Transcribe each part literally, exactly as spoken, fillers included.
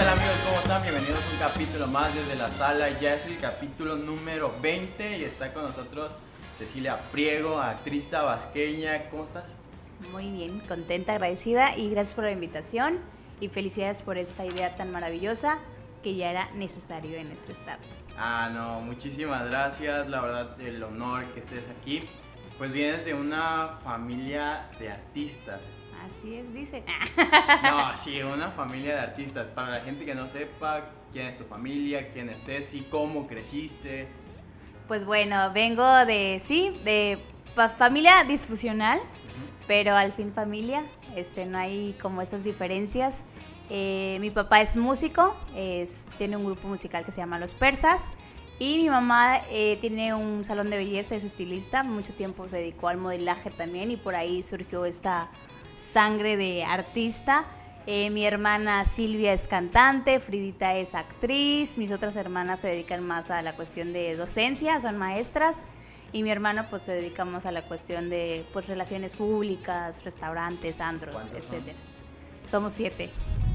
tal amigos? ¿Cómo están? Bienvenidos a un capítulo más desde la sala. Ya es el capítulo número veinte y está con nosotros Cecilia Priego, actriz tabasqueña. ¿Cómo estás? Muy bien, contenta, agradecida y gracias por la invitación y felicidades por esta idea tan maravillosa que ya era necesario en nuestro estado. Ah, no, muchísimas gracias. La verdad, el honor que estés aquí. Pues vienes de una familia de artistas. Así es, dicen. No, sí, una familia de artistas. Para la gente que no sepa quién es tu familia, quién es Ceci, cómo creciste. Pues bueno, vengo de, sí, de pa- familia disfuncional, Uh-huh. pero al fin familia, este, no hay como esas diferencias. Eh, mi papá es músico, es, tiene un grupo musical que se llama Los Persas. Y mi mamá eh, tiene un salón de belleza, es estilista, mucho tiempo se dedicó al modelaje también y por ahí surgió esta sangre de artista. Eh, mi hermana Silvia es cantante, Fridita es actriz, mis otras hermanas se dedican más a la cuestión de docencia, son maestras, y mi hermano pues se dedica más a la cuestión de pues relaciones públicas, restaurantes, antros, ¿Cuántos son? etcétera. Somos siete.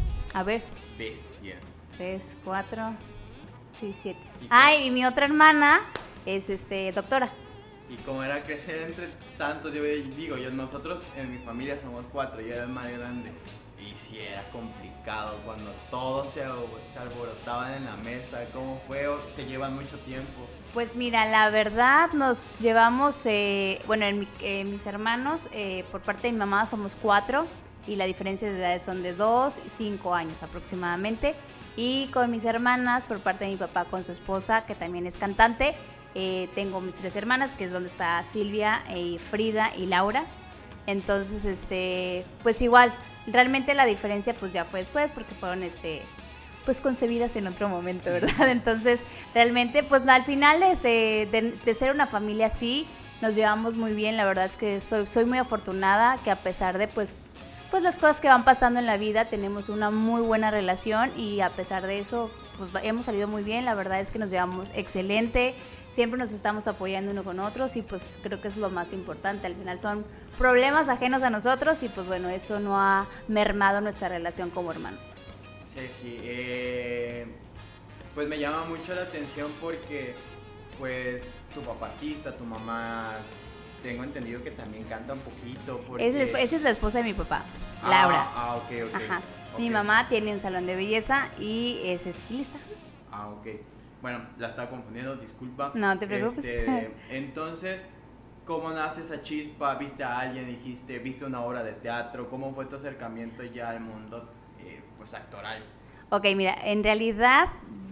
A ver, Bestia. tres, cuatro, sí, siete. ¿Y qué? Ah, y mi otra hermana es este doctora. ¿Y cómo era crecer entre tantos? Yo digo, yo, nosotros en mi familia somos cuatro, yo era el más grande. Y sí era complicado cuando todos se, se alborotaban en la mesa. ¿Cómo fue? ¿O se llevan mucho tiempo? Pues mira, la verdad nos llevamos, eh, bueno, en mi- eh, mis hermanos, eh, por parte de mi mamá somos cuatro y la diferencia de edades son de dos y cinco años aproximadamente. Y con mis hermanas, por parte de mi papá con su esposa, que también es cantante, eh, tengo mis tres hermanas, que es donde está Silvia, eh, Frida y Laura. Entonces, este, pues igual, realmente la diferencia pues ya fue después porque fueron, este, pues concebidas en otro momento, ¿verdad? Entonces, realmente, pues al final este, de, de ser una familia así, nos llevamos muy bien. La verdad es que soy, soy muy afortunada que a pesar de pues, pues las cosas que van pasando en la vida, tenemos una muy buena relación y a pesar de eso, pues hemos salido muy bien. La verdad es que nos llevamos excelente, siempre nos estamos apoyando uno con otros y pues creo que es lo más importante. Al final son problemas ajenos a nosotros y pues bueno, eso no ha mermado nuestra relación como hermanos. Ceci, eh, pues me llama mucho la atención porque, pues, tu papá artista, tu mamá, tengo entendido que también canta un poquito. Porque... Es la esp- esa es la esposa de mi papá, Ah, Laura. Ah, ok, ok. Ajá. Ok. Mi mamá tiene un salón de belleza y es estilista. Ah, ok. Bueno, la estaba confundiendo, disculpa. No te preocupes. Este, entonces, ¿cómo nace esa chispa? ¿Viste a alguien? ¿Dijiste? ¿Viste una obra de teatro? ¿Cómo fue tu acercamiento ya al mundo, eh, pues, actoral? Ok, mira, en realidad,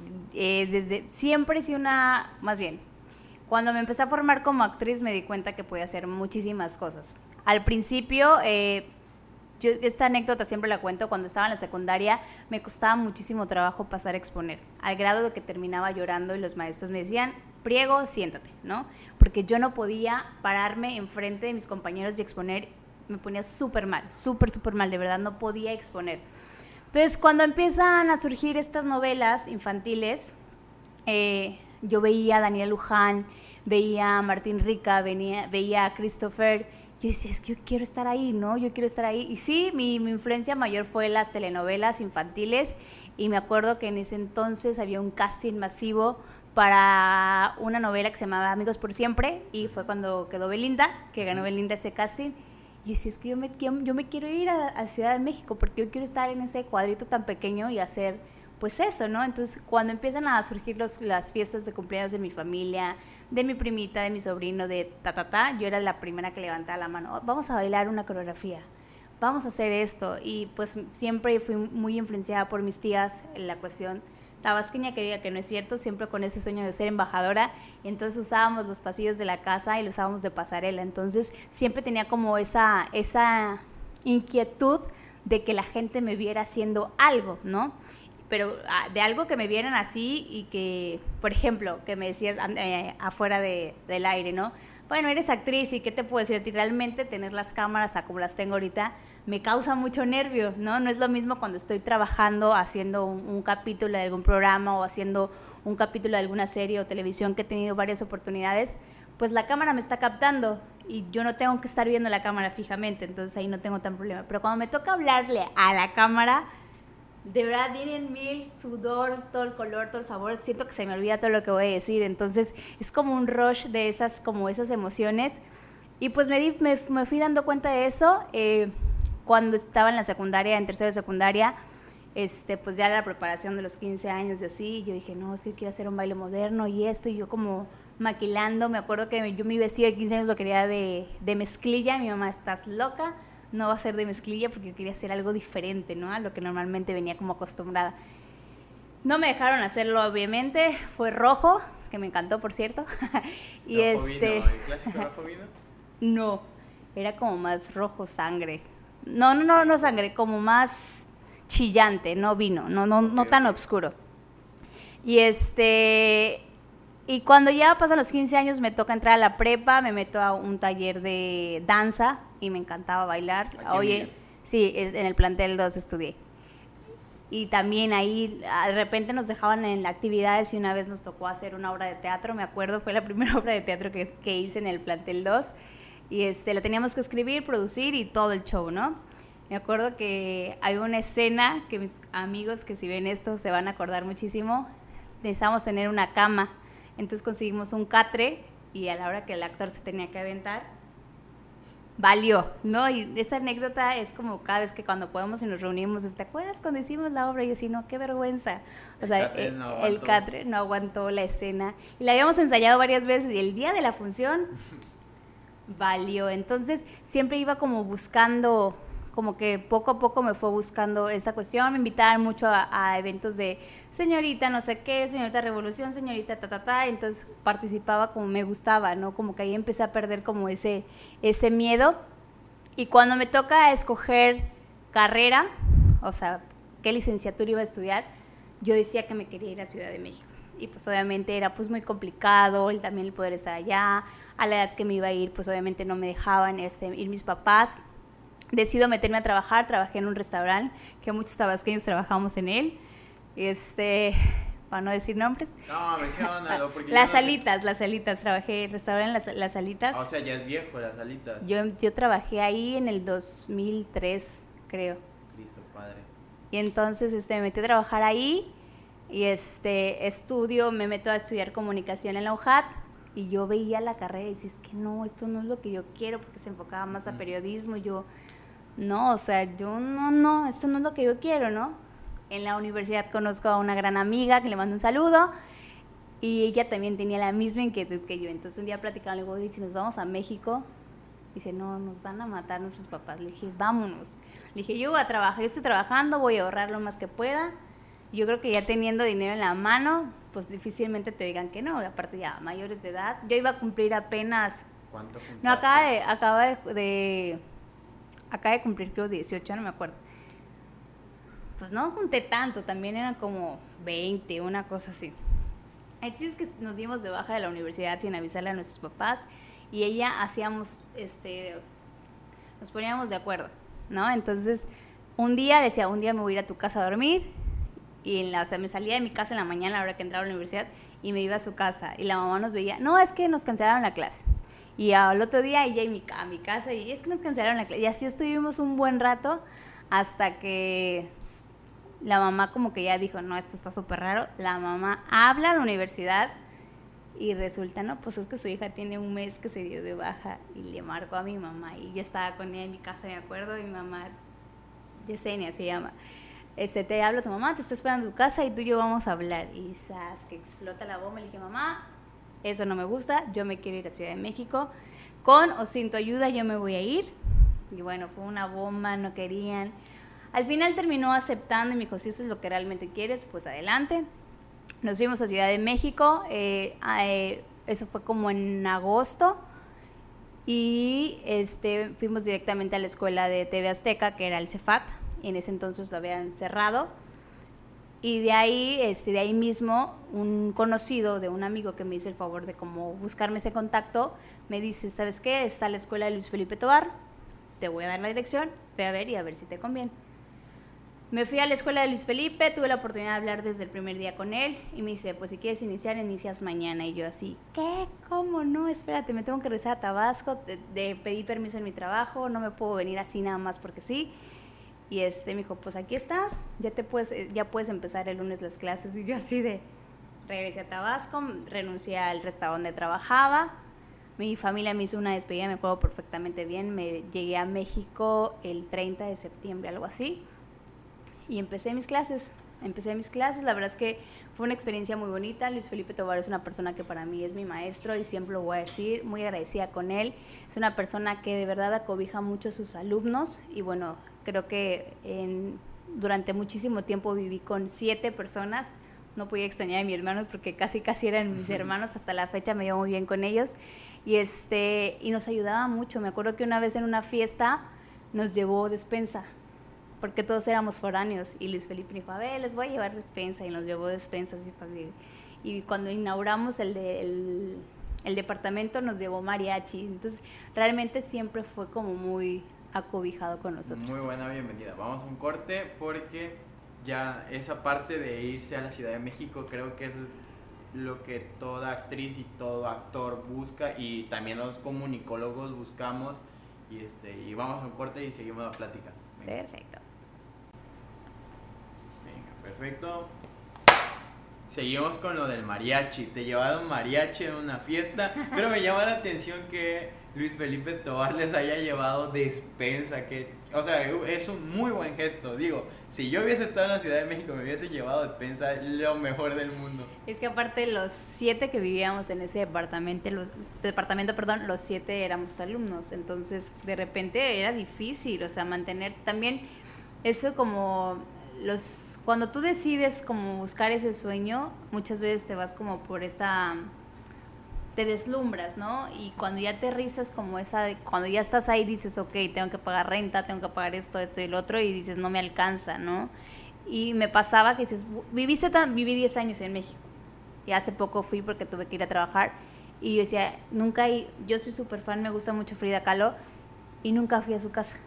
eh, desde siempre he sido una, más bien, cuando me empecé a formar como actriz me di cuenta que podía hacer muchísimas cosas. Al principio, eh, yo esta anécdota siempre la cuento, cuando estaba en la secundaria me costaba muchísimo trabajo pasar a exponer, al grado de que terminaba llorando y los maestros me decían, Priego, siéntate, ¿no? Porque yo no podía pararme enfrente de mis compañeros y exponer, me ponía súper mal, súper, súper mal, de verdad no podía exponer. Entonces, cuando empiezan a surgir estas novelas infantiles, eh, yo veía a Daniel Luján, veía a Martín Rica, venía, veía a Christopher. Yo decía, es que yo quiero estar ahí, ¿no? Yo quiero estar ahí. Y sí, mi, mi influencia mayor fue las telenovelas infantiles. Y me acuerdo que en ese entonces había un casting masivo para una novela que se llamaba Amigos por Siempre. Y fue cuando quedó Belinda, que ganó Belinda ese casting. Y decía, es que yo me, yo me quiero ir a, a Ciudad de México porque yo quiero estar en ese cuadrito tan pequeño y hacer, pues eso, ¿no? Entonces, cuando empiezan a surgir los, las fiestas de cumpleaños de mi familia, de mi primita, de mi sobrino, de ta, ta, ta, yo era la primera que levantaba la mano. Oh, vamos a bailar una coreografía, vamos a hacer esto. Y pues siempre fui muy influenciada por mis tías en la cuestión tabasqueña, que diga que no es cierto, siempre con ese sueño de ser embajadora. Y entonces usábamos los pasillos de la casa y los usábamos de pasarela. Entonces siempre tenía como esa, esa inquietud de que la gente me viera haciendo algo, ¿no? Pero ah, de algo que me vieran así y que, por ejemplo, que me decías eh, afuera de, del aire, ¿no? Bueno, eres actriz y ¿qué te puedo decir a ti? Realmente tener las cámaras a como las tengo ahorita me causa mucho nervio, ¿no? No es lo mismo cuando estoy trabajando, haciendo un, un capítulo de algún programa o haciendo un capítulo de alguna serie o televisión que he tenido varias oportunidades, pues la cámara me está captando y yo no tengo que estar viendo la cámara fijamente, entonces ahí no tengo tan problema. Pero cuando me toca hablarle a la cámara, de verdad vienen mil, sudor, todo el color, todo el sabor, siento que se me olvida todo lo que voy a decir, entonces es como un rush de esas, como esas emociones, y pues me, di, me, me fui dando cuenta de eso eh, cuando estaba en la secundaria, en tercero de secundaria, este, pues ya era la preparación de los quince años y así, y yo dije, no, es que quiero hacer un baile moderno y esto, y yo como maquilando, me acuerdo que yo mi vestido de quince años lo quería de, de mezclilla, mi mamá, estás loca, no va a ser de mezclilla porque yo quería hacer algo diferente, ¿no? A lo que normalmente venía como acostumbrada. No me dejaron hacerlo, obviamente, fue rojo, que me encantó, por cierto. y rojo este vino, ¿el clásico rojo vino? No, era como más rojo sangre. No, no, no, no sangre, como más chillante, no vino, no, no, no tan oscuro. Y este... Y cuando ya pasan los quince años me toca entrar a la prepa, me meto a un taller de danza y me encantaba bailar. Oye, sí, en el plantel dos estudié. Y también ahí de repente nos dejaban en actividades y una vez nos tocó hacer una obra de teatro, me acuerdo, fue la primera obra de teatro que, que hice en el plantel dos. Y este, la teníamos que escribir, producir y todo el show, ¿no? Me acuerdo que hay una escena que mis amigos que si ven esto se van a acordar muchísimo. Necesitábamos tener una cama. Entonces conseguimos un catre y a la hora que el actor se tenía que aventar, valió, ¿no? Y esa anécdota es como cada vez que cuando podemos y nos reunimos, ¿te acuerdas cuando hicimos la obra? Y yo así, no, qué vergüenza. O sea, el catre, el, no el catre no aguantó la escena. Y la habíamos ensayado varias veces y el día de la función valió. Entonces siempre iba como buscando, como que poco a poco me fue buscando esta cuestión, me invitaban mucho a, a eventos de señorita no sé qué, señorita revolución, señorita ta ta ta, entonces participaba como me gustaba, ¿no? Como que ahí empecé a perder como ese, ese miedo, y cuando me toca escoger carrera, o sea, qué licenciatura iba a estudiar, yo decía que me quería ir a Ciudad de México, y pues obviamente era pues muy complicado el también el poder estar allá, a la edad que me iba a ir, pues obviamente no me dejaban este, ir mis papás. Decido meterme a trabajar, trabajé en un restaurante, que muchos tabasqueños trabajamos en él, este, para no decir nombres. No, menciónalo, porque Las yo no salitas, sé. las salitas, trabajé en restaurante en las, las salitas. O sea, ya es viejo, las salitas. Yo, yo trabajé ahí en el dos mil tres, creo. Cristo Padre. Y entonces este, me metí a trabajar ahí, y este, estudio, me meto a estudiar comunicación en la U J A T, y yo veía la carrera y decía, es que no, esto no es lo que yo quiero, porque se enfocaba más a periodismo, yo... No, o sea, yo no, no, esto no es lo que yo quiero, ¿no? En la universidad conozco a una gran amiga que le mando un saludo, y ella también tenía la misma inquietud que yo. Entonces un día platicaba, le digo, oye, si nos vamos a México, dice, no, nos van a matar nuestros papás. Le dije, vámonos. Le dije, yo voy a trabajar, yo estoy trabajando, voy a ahorrar lo más que pueda. Yo creo que ya teniendo dinero en la mano, pues difícilmente te digan que no. Aparte ya mayores de edad, yo iba a cumplir apenas... ¿Cuánto juntaste? No, acaba de... Acaba de, de Acaba de cumplir creo dieciocho, no me acuerdo. Pues no junté tanto, también eran como veinte, una cosa así. El chiste es que nos dimos de baja de la universidad sin avisarle a nuestros papás, y ella hacíamos, este, nos poníamos de acuerdo, ¿no? Entonces, un día decía, un día me voy a ir a tu casa a dormir, y en la, o sea, me salía de mi casa en la mañana a la hora que entraba a la universidad, y me iba a su casa, y la mamá nos veía, no, es que nos cancelaron la clase. Y al otro día ella y mi, a mi casa, y es que nos cancelaron la clase. Y así estuvimos un buen rato hasta que la mamá como que ya dijo, no, esto está súper raro. La mamá habla a la universidad y resulta, no, pues es que su hija tiene un mes que se dio de baja, y le marcó a mi mamá. Y yo estaba con ella en mi casa, me acuerdo, y mi mamá, Yesenia se llama, este, te hablo tu mamá, te está esperando en tu casa y tú y yo vamos a hablar. Y sabes que explota la bomba, le dije, mamá, eso no me gusta, yo me quiero ir a Ciudad de México, con o sin tu ayuda yo me voy a ir. Y bueno, fue una bomba, no querían. Al final terminó aceptando y me dijo, si eso es lo que realmente quieres, pues adelante. Nos fuimos a Ciudad de México, eh, eh, eso fue como en agosto, y este, fuimos directamente a la escuela de T V Azteca, que era el Cefat, y en ese entonces lo habían cerrado. Y de ahí, este, de ahí mismo, un conocido de un amigo que me hizo el favor de como buscarme ese contacto, me dice, ¿sabes qué? Está la escuela de Luis Felipe Tobar, te voy a dar la dirección, ve a ver y a ver si te conviene. Me fui a la escuela de Luis Felipe, tuve la oportunidad de hablar desde el primer día con él, y me dice, pues si quieres iniciar, inicias mañana. Y yo así, ¿qué? ¿Cómo no? Espérate, me tengo que regresar a Tabasco, de, de pedí permiso en mi trabajo, no me puedo venir así nada más porque sí. Y este me dijo, pues aquí estás, ya te puedes, ya puedes empezar el lunes las clases. Y yo así de, regresé a Tabasco, renuncié al restaurante donde trabajaba. Mi familia me hizo una despedida, me acuerdo perfectamente bien. Me llegué a México el treinta de septiembre, algo así. Y empecé mis clases, empecé mis clases. La verdad es que fue una experiencia muy bonita. Luis Felipe Tovar es una persona que para mí es mi maestro y siempre lo voy a decir, muy agradecida con él. Es una persona que de verdad acobija mucho a sus alumnos y bueno, creo que en, durante muchísimo tiempo viví con siete personas. No podía extrañar a mis hermanos porque casi casi eran mis hermanos. Hasta la fecha me llevo muy bien con ellos. Y, este, y nos ayudaba mucho. Me acuerdo que una vez en una fiesta nos llevó despensa, porque todos éramos foráneos. Y Luis Felipe dijo, a ver, les voy a llevar despensa. Y nos llevó despensas. Y, y cuando inauguramos el, de, el, el departamento nos llevó mariachi. Entonces realmente siempre fue como muy acobijado con nosotros. Muy buena bienvenida. Vamos a un corte porque ya esa parte de irse a la Ciudad de México creo que es lo que toda actriz y todo actor busca y también los comunicólogos buscamos. Y, este, y vamos a un corte y seguimos la plática. Venga. Perfecto. Venga, perfecto. Seguimos con lo del mariachi. Te llevaron mariachi en una fiesta, pero me llama la atención que Luis Felipe Tovar les haya llevado despensa, que, o sea, es un muy buen gesto. Digo, si yo hubiese estado en la Ciudad de México, me hubiese llevado despensa, lo mejor del mundo. Es que aparte los siete que vivíamos en ese departamento, los, departamento, perdón, los siete éramos alumnos, entonces de repente era difícil, o sea, mantener también eso como los, cuando tú decides como buscar ese sueño, muchas veces te vas como por esta, te deslumbras, ¿no? Y cuando ya aterrizas como esa, cuando ya estás ahí dices, ok, tengo que pagar renta, tengo que pagar esto, esto y lo otro, y dices, no me alcanza, ¿no? Y me pasaba que dices, viviste tan, viví diez años en México, y hace poco fui porque tuve que ir a trabajar, y yo decía, nunca, yo soy súper fan, me gusta mucho Frida Kahlo, y nunca fui a su casa.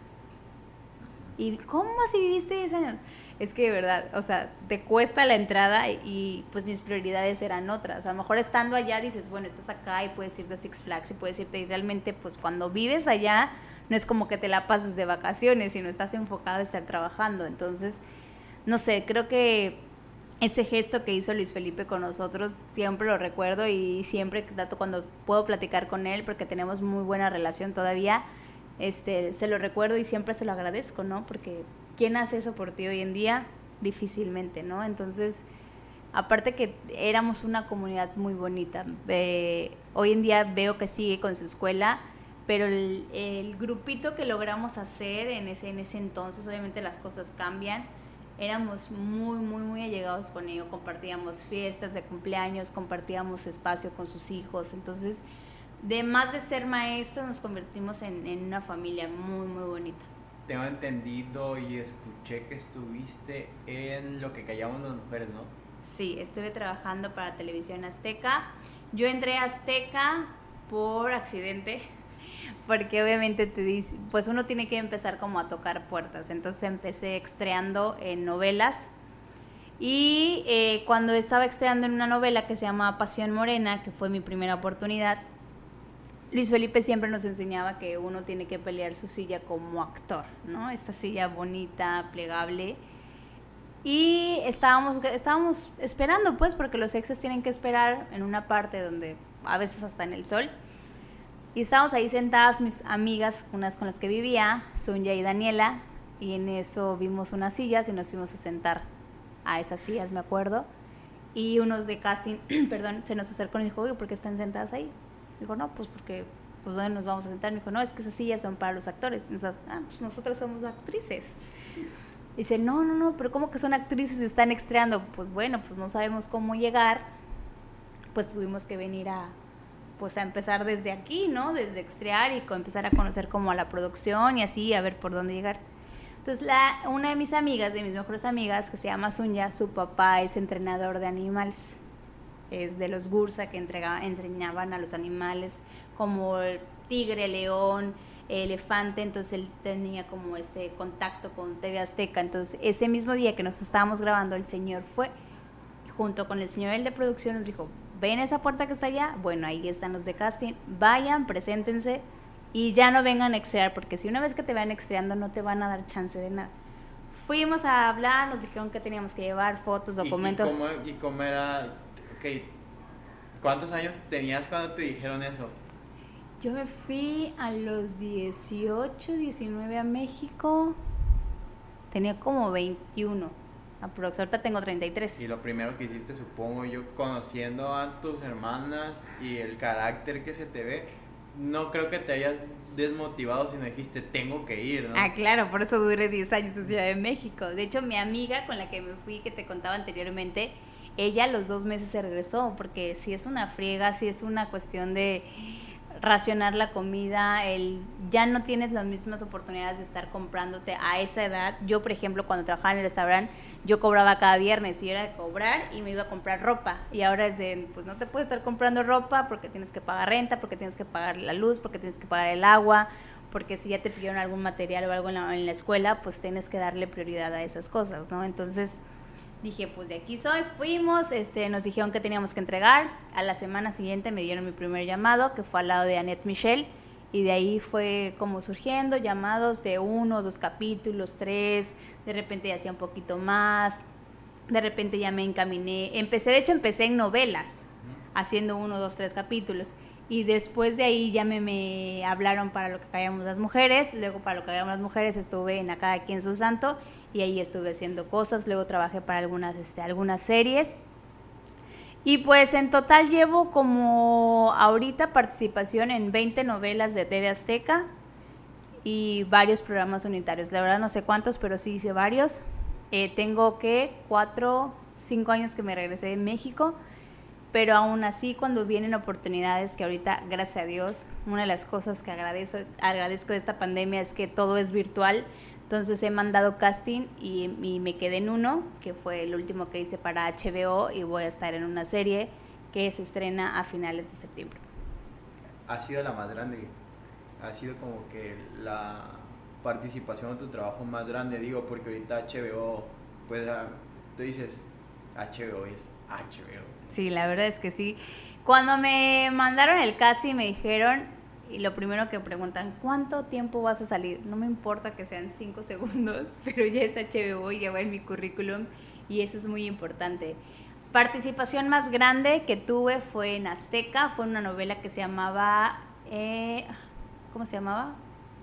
¿Y cómo así viviste diez años? Es que de verdad, o sea, te cuesta la entrada y pues mis prioridades eran otras. A lo mejor estando allá dices, bueno, estás acá y puedes irte a Six Flags y puedes irte y realmente pues cuando vives allá no es como que te la pases de vacaciones, sino estás enfocado a estar trabajando. Entonces, no sé, creo que ese gesto que hizo Luis Felipe con nosotros siempre lo recuerdo y siempre tanto cuando puedo platicar con él porque tenemos muy buena relación todavía, este, se lo recuerdo y siempre se lo agradezco, ¿no? Porque ¿quién hace eso por ti hoy en día? Difícilmente, ¿no? Entonces, aparte que éramos una comunidad muy bonita, eh, hoy en día veo que sigue con su escuela, pero el, el grupito que logramos hacer en ese, en ese entonces, obviamente las cosas cambian, éramos muy, muy, muy allegados con ellos, compartíamos fiestas de cumpleaños, compartíamos espacio con sus hijos, entonces, de más de ser maestros, nos convertimos en, en una familia muy, muy bonita. Tengo entendido y escuché que estuviste en Lo que callamos las mujeres, ¿no? Sí, estuve trabajando para Televisión Azteca. Yo entré a Azteca por accidente, porque obviamente te dice, pues uno tiene que empezar como a tocar puertas. Entonces empecé extreando en novelas y eh, cuando estaba extreando en una novela que se llama Pasión Morena, que fue mi primera oportunidad, Luis Felipe siempre nos enseñaba que uno tiene que pelear su silla como actor, ¿no? Esta silla bonita, plegable. Y estábamos, estábamos esperando, pues, porque los exes tienen que esperar en una parte donde, a veces hasta en el sol. Y estábamos ahí sentadas mis amigas, unas con las que vivía, Sunya y Daniela, y en eso vimos unas sillas y nos fuimos a sentar a esas sillas, me acuerdo. Y unos de casting, perdón, se nos acercó y dijo, oye, ¿por qué están sentadas ahí? Dijo, no, pues porque, pues ¿dónde nos vamos a sentar? Me dijo, no, es que esas sillas son para los actores. Y nosotros, ah, pues nosotros somos actrices. Dice, no, no, no, pero ¿cómo que son actrices y están estrenando? Pues bueno, pues no sabemos cómo llegar. Pues tuvimos que venir a, pues a empezar desde aquí, ¿no? Desde estrear y empezar a conocer como a la producción y así, a ver por dónde llegar. Entonces, la, una de mis amigas, de mis mejores amigas, que se llama Sunya, su papá es entrenador de animales. Es de los Gursa que entregaba, enseñaban a los animales como el tigre, león, elefante, entonces él tenía como este contacto con T V Azteca. Entonces ese mismo día que nos estábamos grabando, el señor fue junto con el señor el de producción, nos dijo, ven esa puerta que está allá, bueno, ahí están los de casting, vayan, preséntense y ya no vengan a extrear, porque si una vez que te vean extreando no te van a dar chance de nada. Fuimos a hablar, nos dijeron que teníamos que llevar fotos, documentos. ¿Y, y, cómo, y cómo era? Okay. ¿Cuántos años tenías cuando te dijeron eso? Yo me fui a los dieciocho, diecinueve a México. Tenía como veintiuno. Aprox. Ahorita tengo treinta y tres. Y lo primero que hiciste, supongo yo, conociendo a tus hermanas y el carácter que se te ve, no creo que te hayas desmotivado, sino dijiste, tengo que ir, ¿no? Ah, claro, por eso duré diez años en Ciudad de México. De hecho, mi amiga con la que me fui, que te contaba anteriormente, ella a los dos meses se regresó, porque si es una friega, si es una cuestión de racionar la comida, el ya no tienes las mismas oportunidades de estar comprándote a esa edad. Yo, por ejemplo, cuando trabajaba en el restaurante, yo cobraba cada viernes y era de cobrar y me iba a comprar ropa, y ahora es de, pues no te puedes estar comprando ropa porque tienes que pagar renta, porque tienes que pagar la luz, porque tienes que pagar el agua, porque si ya te pidieron algún material o algo en la, en la escuela, pues tienes que darle prioridad a esas cosas, ¿no? Entonces dije, pues de aquí soy, fuimos, este, nos dijeron que teníamos que entregar. A la semana siguiente me dieron mi primer llamado, que fue al lado de Annette Michel, y de ahí fue como surgiendo llamados de uno, dos capítulos, tres, de repente ya hacía un poquito más, de repente ya me encaminé, empecé, de hecho empecé en novelas, haciendo uno, dos, tres capítulos, y después de ahí ya me, me hablaron para Lo que callamos las mujeres, luego para Lo que callamos las mujeres estuve en A cada quien su santo, y ahí estuve haciendo cosas, luego trabajé para algunas, este, algunas series, y pues en total llevo como ahorita participación en veinte novelas de T V Azteca y varios programas unitarios, la verdad no sé cuántos, pero sí hice varios. Eh, tengo que cuatro, cinco años que me regresé de México, pero aún así cuando vienen oportunidades, que ahorita gracias a Dios, una de las cosas que agradezco, agradezco de esta pandemia es que todo es virtual. Entonces he mandado casting y, y me quedé en uno, que fue el último que hice para H B O, y voy a estar en una serie que se estrena a finales de septiembre. Ha sido la más grande, ha sido como que la participación en tu trabajo más grande, digo, porque ahorita H B O, pues tú dices, H B O es H B O. Sí, la verdad es que sí. Cuando me mandaron el casting me dijeron... Y lo primero que preguntan, ¿cuánto tiempo vas a salir? No me importa que sean cinco segundos, pero ya es H B O y ya va en mi currículum, y eso es muy importante. Participación más grande que tuve fue en Azteca, fue una novela que se llamaba, eh, ¿cómo se llamaba?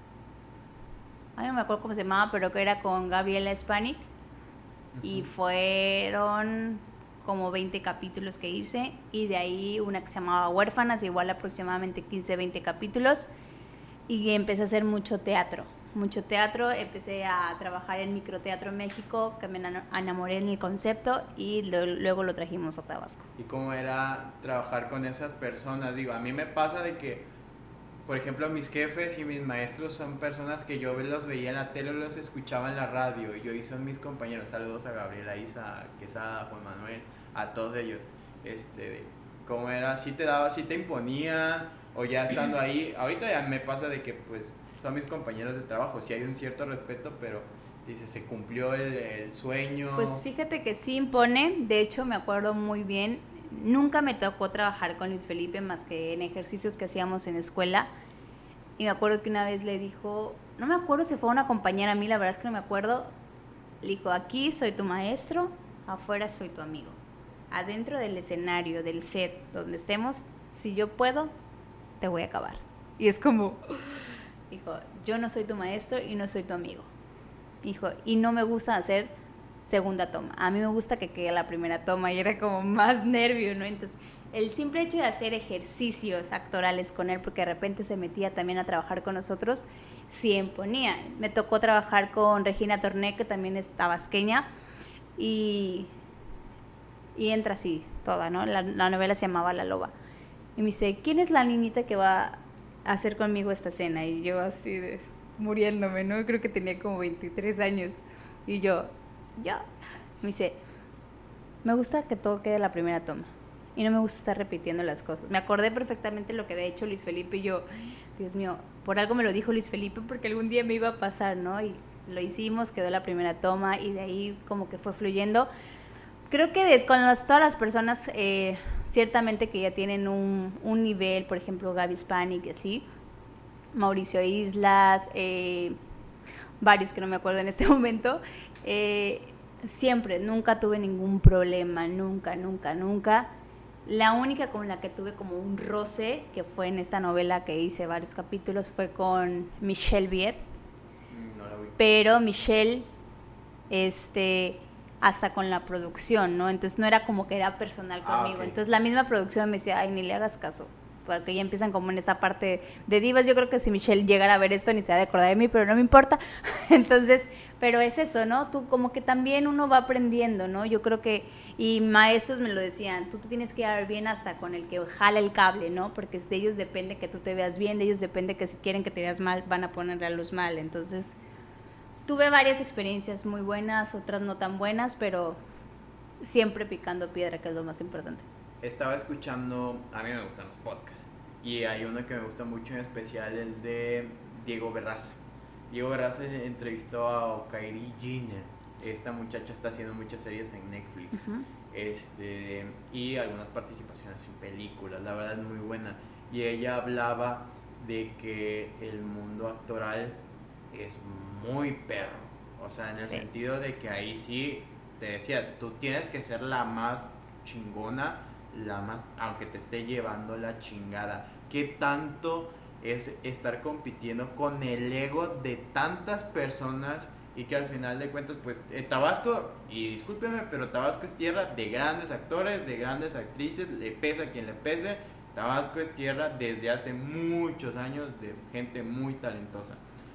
Ay, no me acuerdo cómo se llamaba, pero que era con Gabriela Spanik, uh-huh. Y fueron como veinte capítulos que hice, y de ahí una que se llamaba Huérfanas, igual aproximadamente quince, veinte capítulos, y empecé a hacer mucho teatro, mucho teatro, empecé a trabajar en Microteatro México, que me enamoré en el concepto, y lo, luego lo trajimos a Tabasco. ¿Y cómo era trabajar con esas personas? Digo, a mí me pasa de que, por ejemplo, mis jefes y mis maestros son personas que yo los veía en la tele o los escuchaba en la radio, y hoy son mis compañeros. Saludos a Gabriela, Isa, Quesada, Juan Manuel, a todos ellos. Este, ¿cómo era? ¿Sí te daba, sí te imponía? O ya estando ahí, ahorita ya me pasa de que pues son mis compañeros de trabajo, sí hay un cierto respeto, pero dice, se cumplió el, el sueño. Pues fíjate que sí impone, de hecho me acuerdo muy bien, nunca me tocó trabajar con Luis Felipe más que en ejercicios que hacíamos en la escuela, y me acuerdo que una vez le dijo, no me acuerdo si fue una compañera a mí, la verdad es que no me acuerdo, le dijo, aquí soy tu maestro, afuera soy tu amigo. Adentro del escenario, del set, donde estemos, si yo puedo, te voy a acabar. Y es como, dijo, yo no soy tu maestro y no soy tu amigo. Dijo, y no me gusta hacer segunda toma. A mí me gusta que quede la primera toma, y era como más nervio, ¿no? Entonces, el simple hecho de hacer ejercicios actorales con él, porque de repente se metía también a trabajar con nosotros, sí imponía. Me tocó trabajar con Regina Torné, que también es tabasqueña, y... y entra así, toda, ¿no? La, la novela se llamaba La Loba. Y me dice, ¿quién es la niñita que va a hacer conmigo esta escena? Y yo así, de, muriéndome, ¿no? Creo que tenía como veintitrés años. Y yo, ¿yo? Me dice, me gusta que todo quede la primera toma. Y no me gusta estar repitiendo las cosas. Me acordé perfectamente lo que había hecho Luis Felipe, y yo, Dios mío, por algo me lo dijo Luis Felipe, porque algún día me iba a pasar, ¿no? Y lo hicimos, quedó la primera toma, y de ahí como que fue fluyendo. Creo que de, con las, todas las personas, eh, ciertamente que ya tienen un, un nivel, por ejemplo, Gaby Spanik y así, Mauricio Islas, eh, varios que no me acuerdo en este momento, eh, siempre, nunca tuve ningún problema, nunca, nunca, nunca. La única con la que tuve como un roce, que fue en esta novela que hice varios capítulos, fue con Michelle Viet. No la vi. Pero Michelle, este, hasta con la producción, ¿no? Entonces no era como que era personal Ah, conmigo. ok. Entonces la misma producción me decía, ay, ni le hagas caso. Porque ya empiezan como en esta parte de divas. Yo creo que si Michelle llegara a ver esto ni se va a acordar de mí, pero no me importa. Entonces, pero es eso, ¿no? Tú como que también uno va aprendiendo, ¿no? Yo creo que, y maestros me lo decían, tú te tienes que dar bien hasta con el que jala el cable, ¿no? Porque de ellos depende que tú te veas bien, de ellos depende que si quieren que te veas mal, van a poner la luz mal. Entonces, tuve varias experiencias muy buenas, otras no tan buenas, pero siempre picando piedra, que es lo más importante. Estaba escuchando, a mí me gustan los podcasts, y hay uno que me gusta mucho en especial, el de Diego Berraza. Diego Berraza entrevistó a Kylie Jenner. Esta muchacha está haciendo muchas series en Netflix. Uh-huh. este, y algunas participaciones en películas, la verdad es muy buena. Y ella hablaba de que el mundo actoral es muy perro, o sea, en el Sí. sentido de que ahí sí, te decías, tú tienes que ser la más chingona, la más, aunque te esté llevando la chingada. ¿Qué tanto es estar compitiendo con el ego de tantas personas? Y que al final de cuentas, pues eh, Tabasco, y discúlpeme, pero Tabasco es tierra de grandes actores, de grandes actrices, le pese a quien le pese. Tabasco es tierra desde hace muchos años de gente muy talentosa.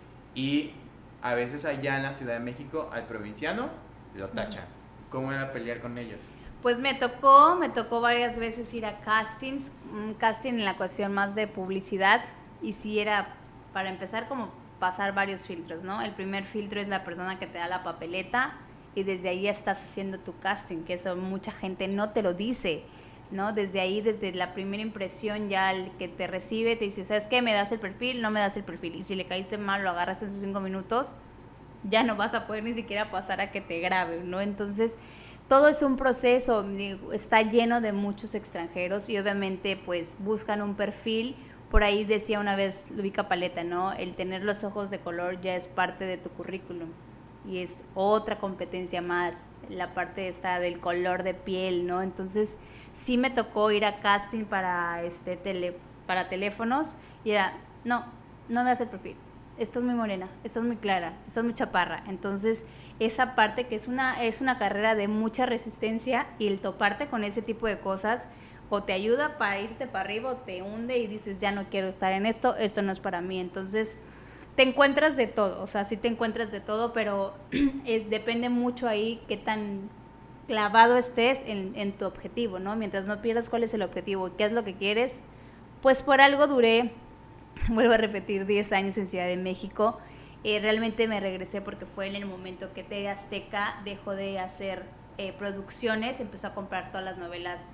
Y a veces allá en la Ciudad de México al provinciano lo tachan. ¿Cómo era pelear con ellos? Pues me tocó, me tocó varias veces ir a castings, un casting en la cuestión más de publicidad, y sí era, para empezar, como pasar varios filtros, ¿no? El primer filtro es la persona que te da la papeleta, y desde ahí estás haciendo tu casting, que eso mucha gente no te lo dice, ¿no? Desde ahí, desde la primera impresión, ya el que te recibe te dice, ¿sabes qué? ¿Me das el perfil? No me das el perfil. Y si le caíste mal, lo agarras en sus cinco minutos, ya no vas a poder ni siquiera pasar a que te graben, ¿no? Entonces, todo es un proceso, está lleno de muchos extranjeros y obviamente pues buscan un perfil. Por ahí decía una vez Luica Paleta, ¿no? El tener los ojos de color ya es parte de tu currículum y es otra competencia más, la parte esta del color de piel, ¿no? Entonces sí me tocó ir a casting para, este, tele, para teléfonos y era, no, no me das el perfil, estás muy morena, estás muy clara, estás muy chaparra. Entonces esa parte que es una, es una carrera de mucha resistencia, y el toparte con ese tipo de cosas o te ayuda para irte para arriba o te hunde y dices, ya no quiero estar en esto, esto no es para mí. Entonces te encuentras de todo, o sea, sí te encuentras de todo, pero eh, depende mucho ahí qué tan clavado estés en, en tu objetivo, ¿no? Mientras no pierdas cuál es el objetivo y qué es lo que quieres, pues por algo duré, vuelvo a repetir, diez años en Ciudad de México. Eh, realmente me regresé porque fue en el momento que T V Azteca dejó de hacer eh, producciones, empezó a comprar todas las novelas.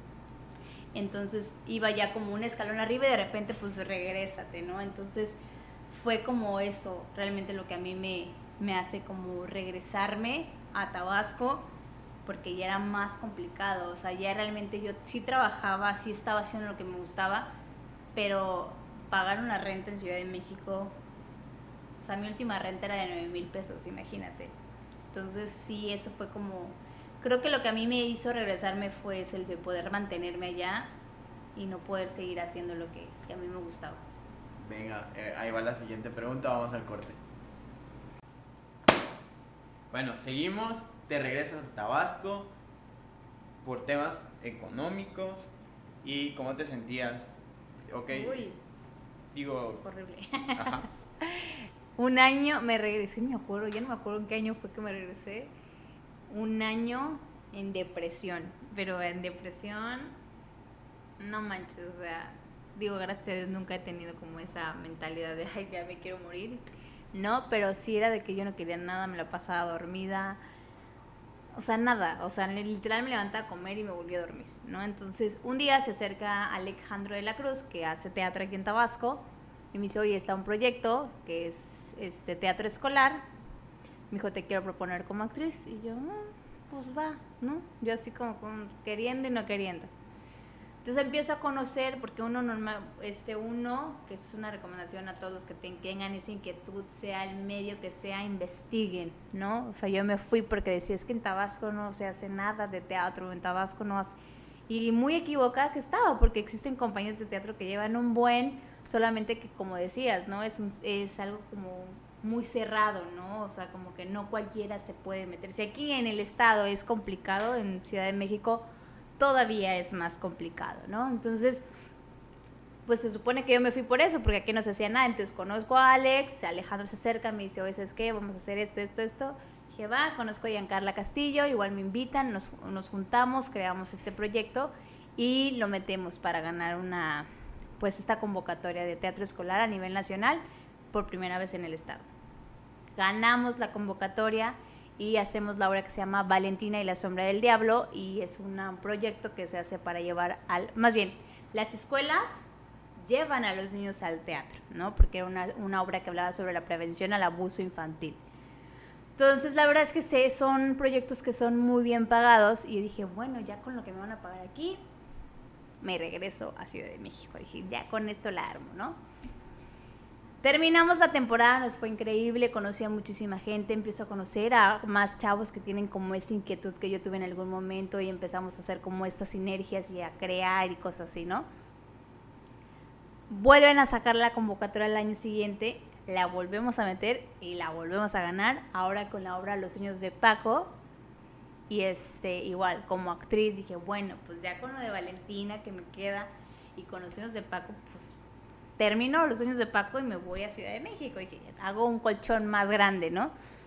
Entonces iba ya como un escalón arriba y de repente pues regrésate, ¿no? Entonces fue como eso, realmente lo que a mí me, me hace como regresarme a Tabasco, porque ya era más complicado. O sea, ya realmente yo sí trabajaba, sí estaba haciendo lo que me gustaba, pero pagar una renta en Ciudad de México, o sea, mi última renta era de nueve mil pesos, imagínate. Entonces sí, eso fue como, creo que lo que a mí me hizo regresarme fue ese, el de poder mantenerme allá y no poder seguir haciendo lo que, que a mí me gustaba. Venga, eh, ahí va la siguiente pregunta, vamos al corte. Bueno, seguimos, te regresas a Tabasco por temas económicos. ¿Y cómo te sentías? Ok, Uy, digo, horrible. ajá. Un año me regresé, me acuerdo, ya no me acuerdo en qué año fue que me regresé. Un año en depresión, pero en depresión, no manches, o sea, digo, gracias a Dios nunca he tenido como esa mentalidad de, ay, ya me quiero morir. No, pero sí era de que yo no quería nada, me la pasaba dormida, o sea, nada, o sea, literal me levantaba a comer y me volvía a dormir, ¿no? Entonces, un día se acerca Alejandro de la Cruz, que hace teatro aquí en Tabasco, y me dice, oye, está un proyecto que es este teatro escolar. Me dijo, te quiero proponer como actriz. Y yo, ah, pues va, ¿no? Yo así como, como queriendo y no queriendo. Entonces empiezo a conocer, porque uno normal, este uno, que es una recomendación a todos los que tengan esa inquietud, sea el medio que sea, investiguen, ¿no? O sea, yo me fui porque decía, es que en Tabasco no se hace nada de teatro, en Tabasco no hace... Y muy equivocada que estaba, porque existen compañías de teatro que llevan un buen, solamente que como decías, ¿no? Es, un, es algo como muy cerrado, ¿no? O sea, como que no cualquiera se puede meter. Si aquí en el estado es complicado, en Ciudad de México todavía es más complicado, ¿no? Entonces, pues se supone que yo me fui por eso, porque aquí no se hacía nada. Entonces conozco a Alex, Alejandro se acerca, me dice, oye, ¿sabes qué? Vamos a hacer esto, esto, esto. Dije, va, conozco a Giancarla Castillo, igual me invitan, nos, nos juntamos, creamos este proyecto y lo metemos para ganar una, pues esta convocatoria de teatro escolar a nivel nacional por primera vez en el estado. Ganamos la convocatoria y hacemos la obra que se llama Valentina y la sombra del diablo, y es un proyecto que se hace para llevar al, más bien, las escuelas llevan a los niños al teatro, ¿no? Porque era una, una obra que hablaba sobre la prevención al abuso infantil. Entonces, la verdad es que sé, son proyectos que son muy bien pagados, y dije, bueno, ya con lo que me van a pagar aquí, me regreso a Ciudad de México. Dije, ya con esto la armo, ¿no? Terminamos la temporada, nos fue increíble, conocí a muchísima gente, empiezo a conocer a más chavos que tienen como esta inquietud que yo tuve en algún momento, y empezamos a hacer como estas sinergias y a crear y cosas así, ¿no? Vuelven a sacar la convocatoria el año siguiente, la volvemos a meter y la volvemos a ganar, ahora con la obra Los sueños de Paco, y este, igual, como actriz dije, bueno, pues ya con lo de Valentina que me queda y con Los sueños de Paco, pues termino Los sueños de Paco y me voy a Ciudad de México. Y dije, hago un colchón más grande, ¿no?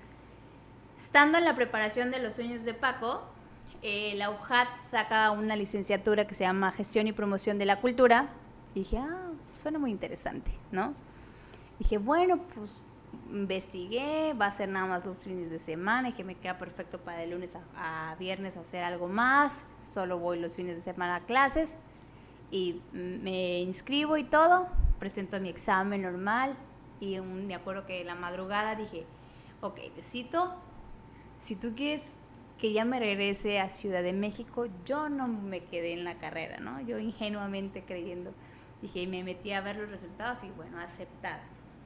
Estando en la preparación de Los sueños de Paco, eh, la U J A T saca una licenciatura que se llama Gestión y Promoción de la Cultura. Y dije, ah, suena muy interesante, ¿no? Dije, bueno, pues investigué, va a ser nada más los fines de semana, y que me queda perfecto para de lunes a, a viernes hacer algo más. Solo voy los fines de semana a clases y me inscribo y todo. Presento mi examen normal y un, me acuerdo que en la madrugada dije, ok, Diosito, si tú quieres que ya me regrese a Ciudad de México, yo no me quedé en la carrera, ¿no? Yo ingenuamente creyendo, dije, y me metí a ver los resultados y bueno, aceptada.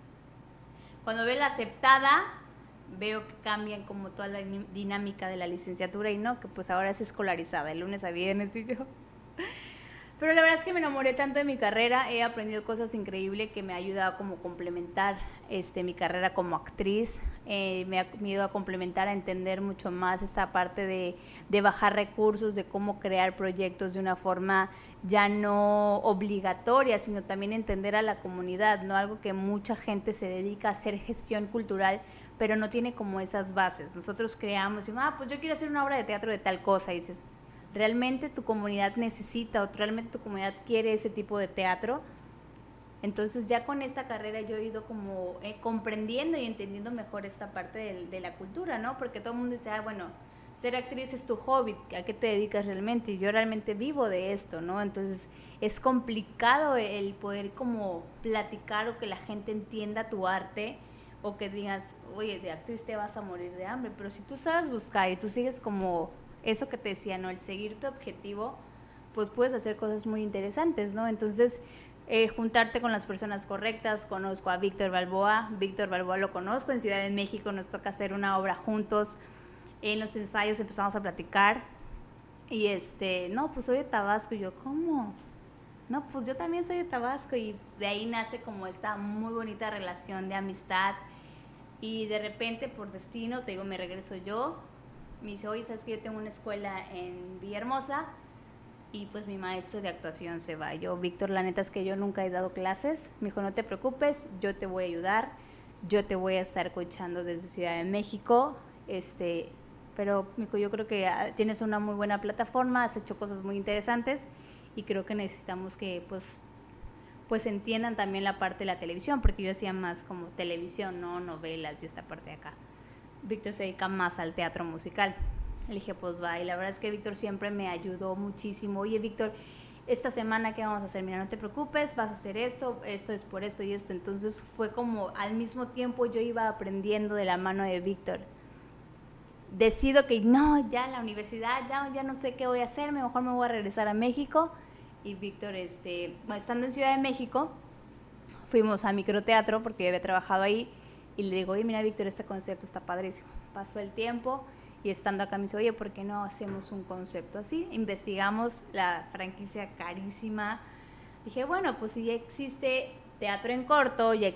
Cuando veo la aceptada, veo que cambian como toda la dinámica de la licenciatura, y no, que pues ahora es escolarizada, de lunes a viernes, y yo... Pero la verdad es que me enamoré tanto de mi carrera, he aprendido cosas increíbles que me ha ayudado como complementar este, mi carrera como actriz, eh, me ha ayudado a complementar, a entender mucho más esa parte de, de bajar recursos, de cómo crear proyectos de una forma ya no obligatoria, sino también entender a la comunidad, ¿no? Algo que mucha gente se dedica a hacer gestión cultural, pero no tiene como esas bases. Nosotros creamos, y ah, pues yo quiero hacer una obra de teatro de tal cosa, y dices, ¿realmente tu comunidad necesita o realmente tu comunidad quiere ese tipo de teatro? Entonces ya con esta carrera yo he ido como eh, comprendiendo y entendiendo mejor esta parte de, de la cultura, ¿no? Porque todo el mundo dice, ah, bueno, ser actriz es tu hobby, ¿a qué te dedicas realmente? Y yo realmente vivo de esto, ¿no? Entonces es complicado el poder como platicar o que la gente entienda tu arte, o que digas, oye, de actriz te vas a morir de hambre, pero si tú sabes buscar y tú sigues como... eso que te decía, ¿no? El seguir tu objetivo, pues puedes hacer cosas muy interesantes, ¿no? Entonces, eh, juntarte con las personas correctas. Conozco a Víctor Balboa. Víctor Balboa lo conozco en Ciudad de México, nos toca hacer una obra juntos. En los ensayos empezamos a platicar. Y este, no, pues soy de Tabasco. Y yo, ¿cómo? No, pues yo también soy de Tabasco. Y de ahí nace como esta muy bonita relación de amistad. Y de repente, por destino, te digo, me regreso yo. Me dice, oye, ¿sabes que yo tengo una escuela en Villahermosa? Y pues mi maestro de actuación se va. Yo, Víctor, la neta es que yo nunca he dado clases. Me dijo, no te preocupes, yo te voy a ayudar. Yo te voy a estar coachando desde Ciudad de México. Este, pero me dijo, yo creo que tienes una muy buena plataforma, has hecho cosas muy interesantes, y creo que necesitamos que pues, pues entiendan también la parte de la televisión, porque yo hacía más como televisión, no novelas y esta parte de acá. Víctor se dedica más al teatro musical. Le dije, pues va, y la verdad es que Víctor siempre me ayudó muchísimo. Oye, Víctor, esta semana, ¿qué vamos a hacer? Mira, no te preocupes, vas a hacer esto, esto es por esto y esto. Entonces fue como, al mismo tiempo yo iba aprendiendo de la mano de Víctor. Decido que no, ya la universidad, ya, ya no sé qué voy a hacer, mejor me voy a regresar a México. y Víctor, este, bueno, estando en Ciudad de México, fuimos a microteatro porque yo había trabajado ahí y le digo, oye, mira, Víctor, este concepto está padrísimo. Pasó el tiempo y estando acá me dice, oye, ¿por qué no hacemos un concepto así? Investigamos la franquicia carísima. Dije, bueno, pues si ya existe teatro en corto, ya